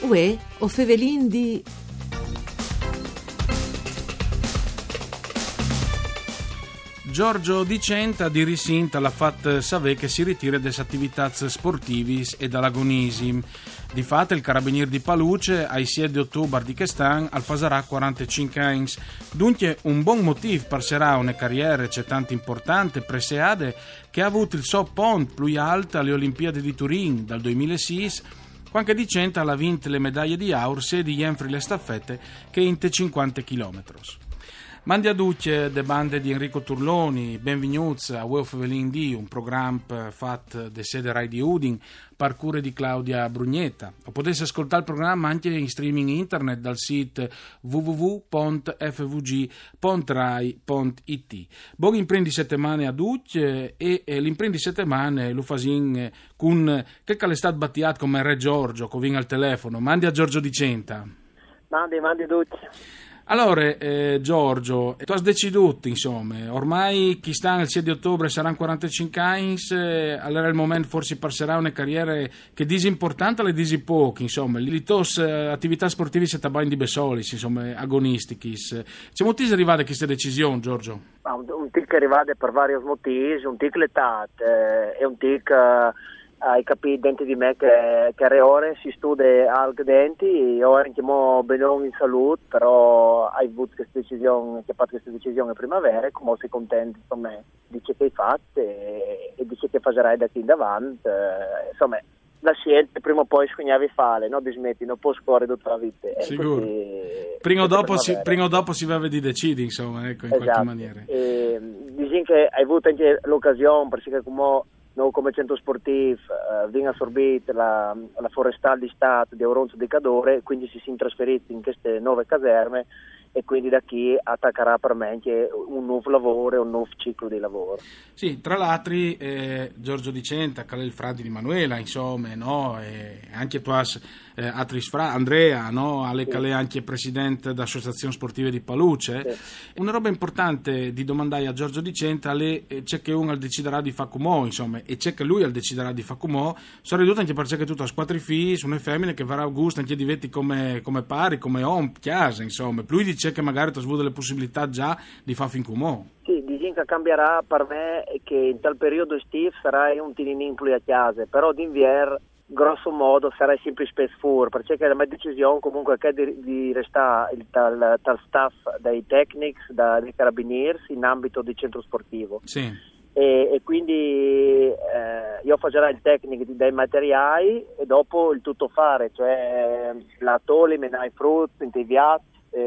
Uè, o fevelin di... Giorgio Di Centa di Risinta l'ha fatto sapere che si ritira dalle attività sportive e dall'agonismo. Di fatto il carabiniere di Paluce ai 7 di ottobre di quest'anno al fasarà 45 anni. Dunque un buon motivo per serà una carriera c'è tanto importante preseade che ha avuto il suo ponte più alto alle Olimpiadi di Turin dal 2006, quando Di Centa ha vinto le medaglie di Aurse di Jenfri le staffette che in 50 km. Mandi a duce de bande di Enrico Turloni, benvenuti a Wolf Velin D, un programma fatto da sede Rai di Udin, parcure di Claudia Brugnetta. O potete ascoltare il programma anche in streaming internet dal sito www.fvg.rai.it. Buon imprendi settimane a duce e l'imprendi settimane lo fasin con che calestat battiat come Re Giorgio, che viene al telefono. Mandi a Giorgio Di Centa. Mandi duce. Allora, Giorgio, tu hai deciso, insomma, ormai chi sta il 6 di ottobre saranno 45 anni, allora il momento forse passerà una carriera che disi importante alle disi pochi, insomma, le tue attività sportive si tabbain di besolis, insomma, agonistici. C'è motivo arrivare a questa decisione, Giorgio? Un tic arrivate per vari motivi, un tic l'età e un tic... hai capito dentro di me che a ore si studia anche denti, ora anche bene in salute, però hai avuto questa decisione, che ha fatto questa decisione in primavera, come sei contento insomma, di ciò che hai fatto e di ciò che farai da qui in avanti, insomma la scelta prima o poi scognavi fare, no? Di smetti, non può scorrere tutta la vita. Sicuro. Prima o dopo si va a vedere decidi, insomma, ecco, in qualche maniera. Dici che hai avuto anche l'occasione, perché come centro sportivo viene assorbita la forestale di Stato di Auronzo di Cadore, quindi si sono trasferiti in queste nuove caserme e quindi da qui attaccherà per me anche un nuovo lavoro e un nuovo ciclo di lavoro. Sì, tra l'altro Giorgio Di Centa, che è il frate di Manuela, insomma, no? E anche tu hai altri Andrea, no? Che è anche presidente dell'Associazione Sportive di Paluce. Sì. Una roba importante di domandare a Giorgio Di Centa c'è che uno deciderà di fare come, insomma, e c'è che lui deciderà di fare come, sono ridotto anche perché che tu hai 4 figli, sono femmine che verrà Augusto anche diventi come pari, come chiesa, insomma, lui dice che magari ti ha avuto le possibilità già di fare fin come. Sì, dicono che cambierà per me che in tal periodo estivo sarai un tininin più a casa, però d'inverno grosso modo sarai sempre spesso fuori, perché la mia decisione comunque è di restare tal staff dei technics, dei carabinieri in ambito di centro sportivo. Sì. E quindi io farò il tecnico dei materiali e dopo il tutto fare, cioè la toli, menai frutti, intiviati,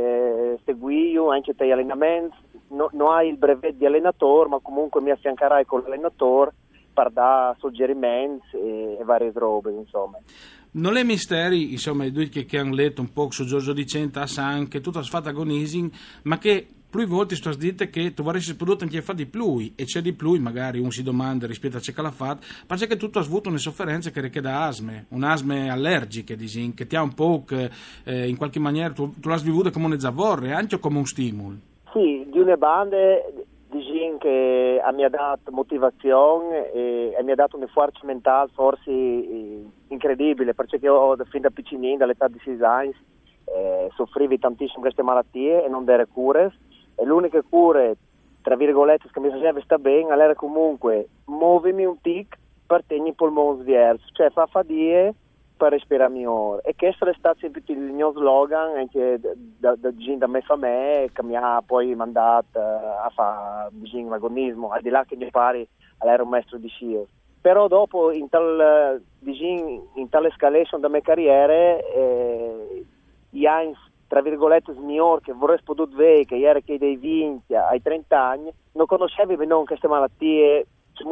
seguio anche degli allenamenti, non hai il brevetto di allenatore, ma comunque mi affiancherai con l'allenatore per dare suggerimenti e varie robe, insomma. Non è misteri, insomma, i due che hanno letto un po' su Giorgio Di Centa, sanno che tutto ha fatto agonising, ma che più volte sto a dire che tu vorresti prodotto anche fare di più, e c'è di più, magari uno si domanda rispetto a ciò che l'ha fatto, perché tutto ha avuto una sofferenza che richiede asme, un'asme allergica, che ti ha un po' in qualche maniera, tu l'hai vissuta come una zavorre, anche come un stimolo. Sì, di una banda dicono che mi ha dato motivazione e mi ha dato una forza mentale forse incredibile, perché io fin da piccinino, dall'età di 6 anni, soffrivi tantissimo queste malattie e non dare cure, e l'unica cure, tra virgolette, che mi faceva sta bene era comunque muovimi un tic per tenere i polmoni diversi, cioè fa fatica per respirare migliore, e questo è stato sempre il mio slogan anche da me fa me, che mi ha poi mandato a fare l'agonismo, al di là che mio pari era un maestro di sci. Però dopo in tale escalation da mia carriera gli anni tra virgolette migliori che vorrei potuto vedere, che era che dei vinti ai 30 anni, non conoscevi non queste malattie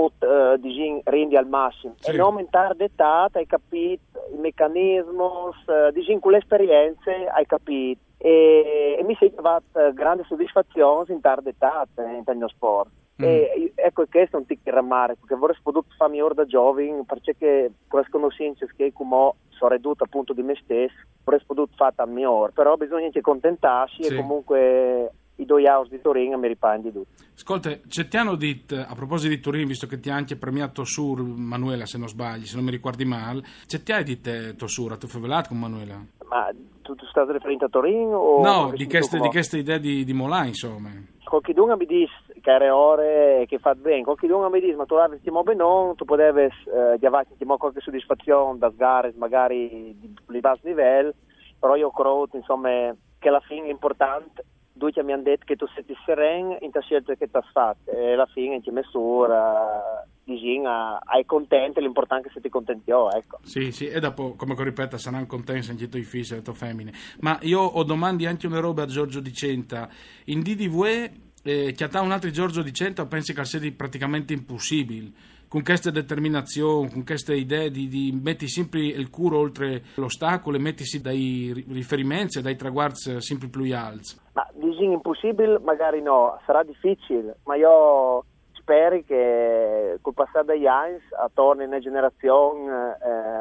rendi al massimo, sì. E non aumentare d'età hai capito il meccanismo, con le esperienze hai capito e mi sei trovato grande soddisfazione in tarda età nel mio sport. E ecco, questo è un tic rammarico perché vorrei potuto farmi ora da giovane, perché con le conoscenze che come sono ridotta appunto di me stesso vorrei potuto fare a mio ora, però bisogna anche contentarsi, sì. E comunque i 2 hours di Torino mi riprendi tutto. Ascolta, c'è ti hanno detto, a proposito di Torino, visto che ti ha anche premiato Sur, Manuela, se non sbagli, se non mi ricordi male, c'è ti hai detto Tosura, tu fai velato con Manuela? Ma tu stai riferendo a Torino? O no, di queste idee di Molà, insomma. Qualcuno mi dice che era ore che fa bene, qualcuno mi dice ma tu l'avevi non, tu potevi avere qualche soddisfazione da gare magari di basso livello, però io credo insomma che alla fine è importante. Due mi hanno detto che tu sei sereno in ta scelta che ti hai fatto e alla fine in misura hai contento, l'importante è che sei contento, ecco. Sì, e dopo, come ripeto, saranno contenti anche i tuoi figli e le tue femmine. Ma io ho domandi anche una roba a Giorgio Di Centa. In DDV, che ha un altro Giorgio Di Centa, pensi che sia praticamente impossibile. Con queste determinazioni, con queste idee di metti sempre il cuore oltre l'ostacolo e mettisi dai riferimenti e dai traguardi sempre più alti. Ma dici impossibile? Magari no, sarà difficile, ma io spero che col passare degli anni attorno a una generazione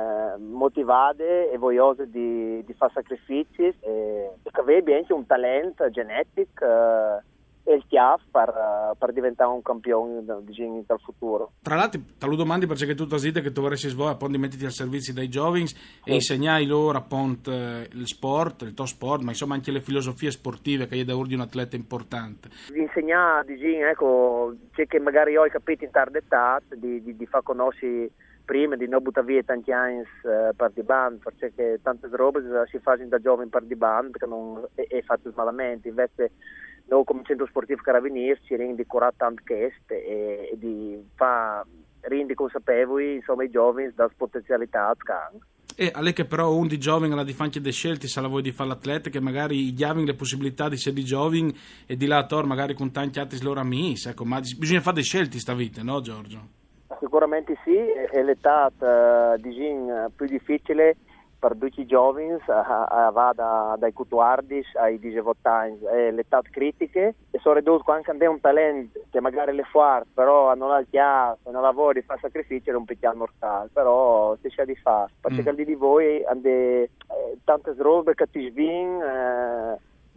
motivate e vogliose di fare sacrifici e che avrebbe anche un talento genetico e il chiaf per diventare un campione dal futuro. Tra l'altro, te lo domandi perché tu hai detto che tu vorresti svolgere, poi metterti al servizio dei giovani e insegnare loro appunto il sport, il tuo sport, ma insomma anche le filosofie sportive che è da di un atleta importante. Insegnare, ecco, c'è che magari ho capito in tarda età di far conoscere prima di non buttare via tanti anni per di band, perché tante robe si fanno da giovani per di band perché non è fatto malamente, invece noi come centro sportivo Carabinieri ci rendi curato tanto questo e di rendi consapevoli insomma i giovani della potenzialità che hanno. E a lei che però un di giovani alla di fanche dei scelti se la vuoi di fare l'atleta che magari gli hanno le possibilità di essere di giovani e di là attorno magari con tanti altri loro amici, ecco, ma bisogna fare dei scelti sta vita, no Giorgio? Sicuramente sì, è l'età più difficile per tutti i giovani va dai 14 ai 18 anni, è l'età critiche e sono ridotto anche a un talento che magari le fa, però non ha il chiaro, non lavora di fare sacrifici è un picchiano mortale, però si sa di fare, perché di voi hanno tante robe che ti svingono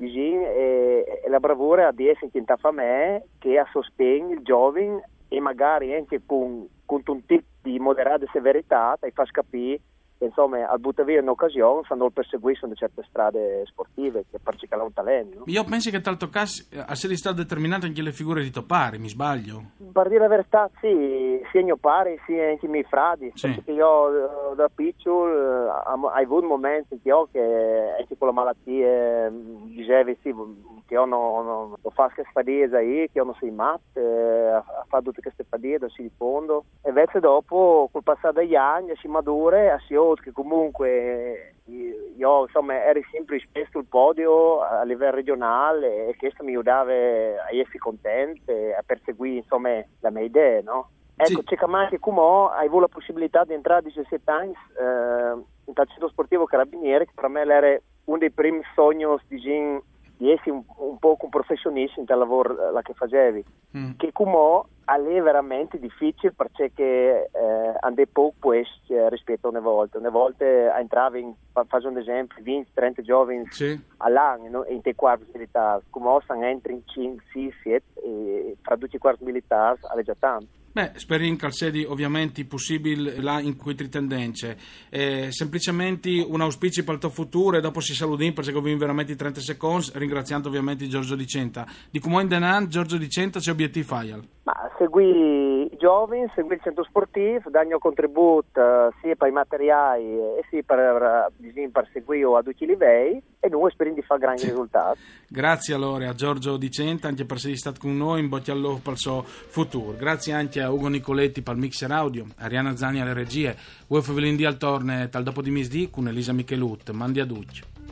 e la bravura di essere in fa me che a sostegno il giovane e magari anche con un tipo di moderata severità ti fa capire che insomma al butta via un'occasione fanno il perseguire certe strade sportive che per cercare un talento, no? Io penso che tal caso sia stato determinato anche le figure di topari, mi sbaglio? Per dire la verità sì, sia mio pari sia anche i miei frati, sì. Perché io da piccolo ho avuto momenti che anche con la malattia dicevi sì che io non faccio queste fadiche che io non sei matto a fare tutte queste fadiche da di fondo e invece dopo col passare degli anni si madura si che comunque io insomma ero sempre spesso il podio a livello regionale e questo mi aiutava a essere contento e a perseguire insomma la mia idea, no? Ecco, sì. C'è che come hai avuto la possibilità di entrare a 17 anni in tal centro sportivo Carabinieri che per me era uno dei primi sogni di essere un po' un professionista in tal lavoro che facevi, che come è veramente difficile perché andai poco rispetto a una volta entravi faccio un esempio 20-30 giovani all'anno, no? In te quarti militari come stanno entri in 5, 6, 7 e fra tutti i quarti militari è già tanto. Beh, speriamo che sia ovviamente possibile là in quei tendenze. Semplicemente un auspicio per il tuo futuro e dopo si saluti perché ho veramente 30 secondi, ringraziando ovviamente Giorgio Di Centa. Di come in denaro Giorgio Di Centa c'è obiettivi fai? Ma segui i giovani, segui il centro sportivo, dai il contributo sia per i materiali e sia per seguire a tutti i livelli e noi speriamo di fare grandi risultati. Grazie allora a Giorgio Di Centa anche per essere stato con noi, in bocca al lupo per il suo futuro. Grazie anche a Ugo Nicoletti per il mixer audio, Ariana Zani alle regie, Wolf Velindì al torne tal dopo di misdì con Elisa Michelut, mandi a Duccio.